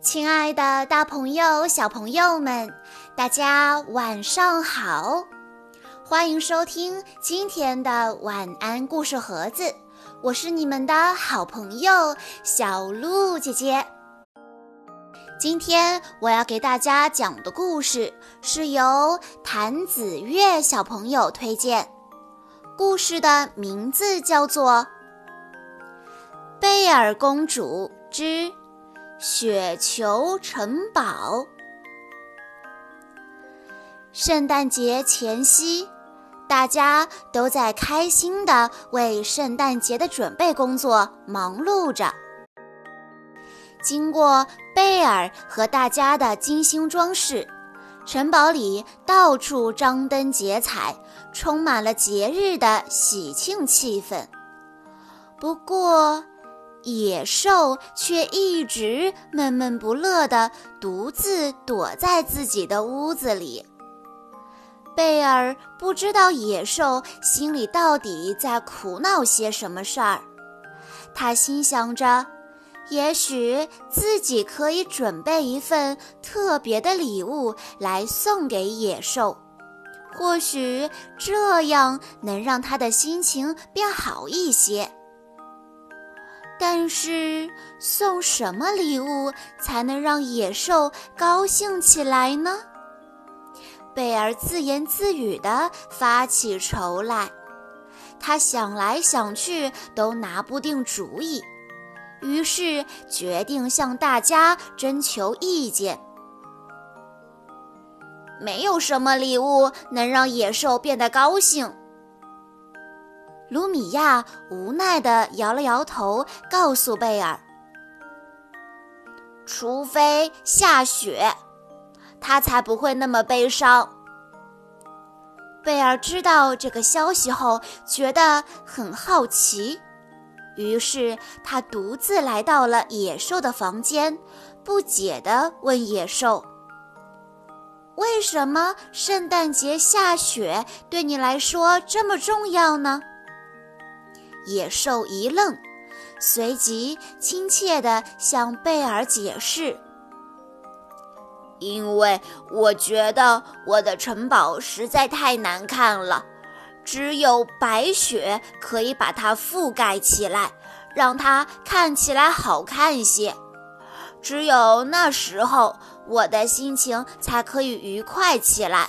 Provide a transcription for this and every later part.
亲爱的大朋友、小朋友们，大家晚上好！欢迎收听今天的晚安故事盒子，我是你们的好朋友小鹿姐姐。今天我要给大家讲的故事是由谭子月小朋友推荐，故事的名字叫做《贝尔公主之雪球城堡》。圣诞节前夕，大家都在开心地为圣诞节的准备工作忙碌着。经过贝尔和大家的精心装饰，城堡里到处张灯结彩，充满了节日的喜庆气氛。不过野兽却一直闷闷不乐地独自躲在自己的屋子里。贝尔不知道野兽心里到底在苦恼些什么事儿，他心想着，也许自己可以准备一份特别的礼物来送给野兽，或许这样能让他的心情变好一些。但是送什么礼物才能让野兽高兴起来呢？贝尔自言自语地发起愁来，他想来想去都拿不定主意，于是决定向大家征求意见。没有什么礼物能让野兽变得高兴。卢米亚无奈地摇了摇头，告诉贝尔，除非下雪，他才不会那么悲伤。贝尔知道这个消息后，觉得很好奇，于是他独自来到了野兽的房间，不解地问野兽，为什么圣诞节下雪对你来说这么重要呢？野兽一愣，随即亲切地向贝尔解释，因为我觉得我的城堡实在太难看了，只有白雪可以把它覆盖起来，让它看起来好看些。只有那时候，我的心情才可以愉快起来。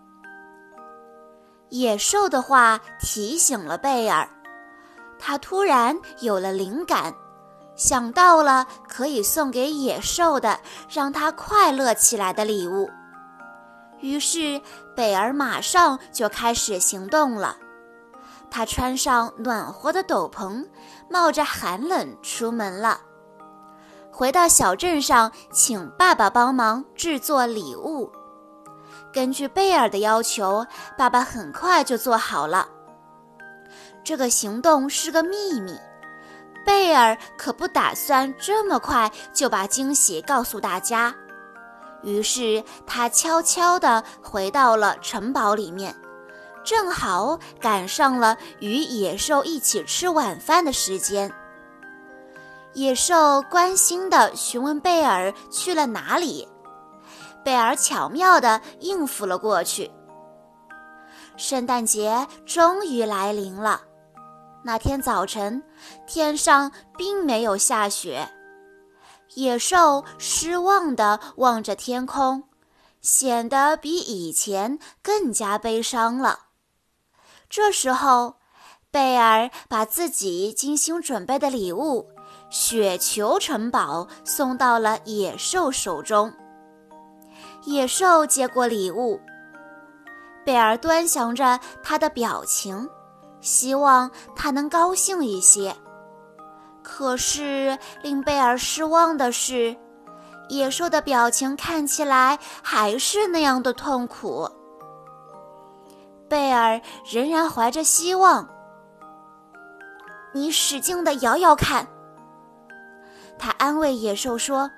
野兽的话提醒了贝尔，他突然有了灵感，想到了可以送给野兽的让他快乐起来的礼物。于是贝尔马上就开始行动了。他穿上暖和的斗篷，冒着寒冷出门了。回到小镇上，请爸爸帮忙制作礼物。根据贝尔的要求，爸爸很快就做好了。这个行动是个秘密，贝尔可不打算这么快就把惊喜告诉大家。于是他悄悄地回到了城堡里面，正好赶上了与野兽一起吃晚饭的时间。野兽关心地询问贝尔去了哪里，贝尔巧妙地应付了过去。圣诞节终于来临了。那天早晨，天上并没有下雪。野兽失望地望着天空，显得比以前更加悲伤了。这时候，贝尔把自己精心准备的礼物——雪球城堡送到了野兽手中。野兽接过礼物，贝尔端详着他的表情，希望他能高兴一些。可是令贝尔失望的是，野兽的表情看起来还是那样的痛苦。贝尔仍然怀着希望，你使劲地摇摇看。他安慰野兽说，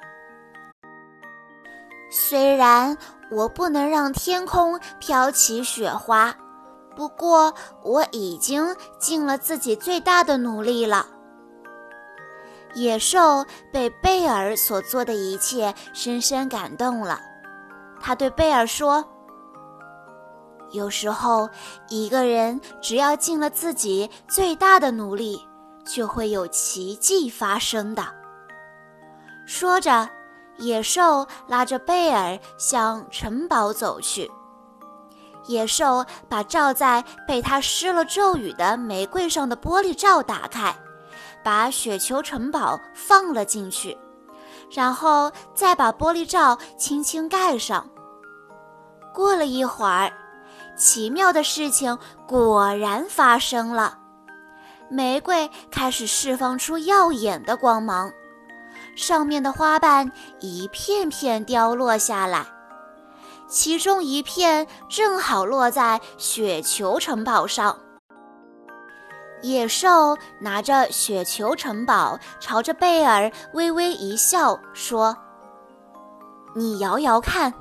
虽然我不能让天空飘起雪花，不过我已经尽了自己最大的努力了。 野兽被贝尔所做的一切深深感动了，他对贝尔说：有时候一个人只要尽了自己最大的努力，就会有奇迹发生的。说着，野兽拉着贝尔向城堡走去。野兽把罩在被他施了咒语的玫瑰上的玻璃罩打开，把雪球城堡放了进去，然后再把玻璃罩轻轻盖上。过了一会儿，奇妙的事情果然发生了，玫瑰开始释放出耀眼的光芒，上面的花瓣一片片凋落下来，其中一片正好落在雪球城堡上。野兽拿着雪球城堡，朝着贝尔微微一笑，说：你摇摇看。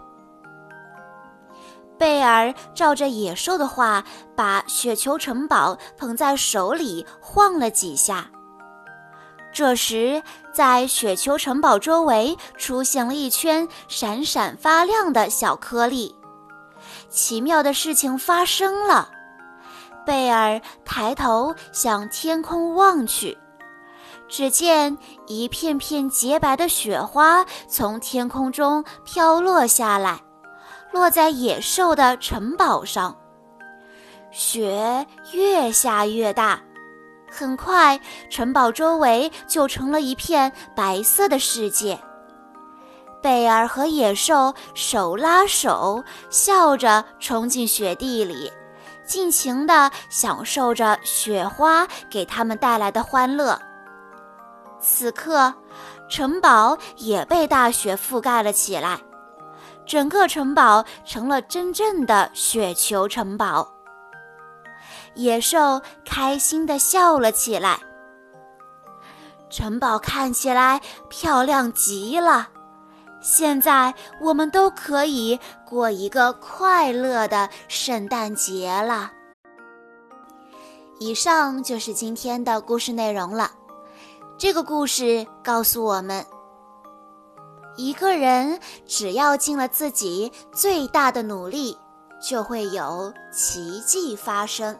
贝尔照着野兽的话，把雪球城堡捧在手里晃了几下。这时，在雪球城堡周围出现了一圈闪闪发亮的小颗粒。奇妙的事情发生了，贝尔抬头向天空望去，只见一片片洁白的雪花从天空中飘落下来，落在野兽的城堡上。雪越下越大，很快城堡周围就成了一片白色的世界。贝尔和野兽手拉手，笑着冲进雪地里，尽情地享受着雪花给他们带来的欢乐。此刻，城堡也被大雪覆盖了起来，整个城堡成了真正的雪球城堡。野兽开心地笑了起来，城堡看起来漂亮极了，现在我们都可以过一个快乐的圣诞节了。以上就是今天的故事内容了。这个故事告诉我们，一个人只要尽了自己最大的努力，就会有奇迹发生。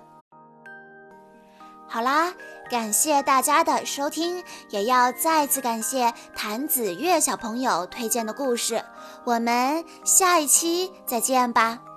好啦，感谢大家的收听，也要再次感谢谭子月小朋友推荐的故事。我们下一期再见吧。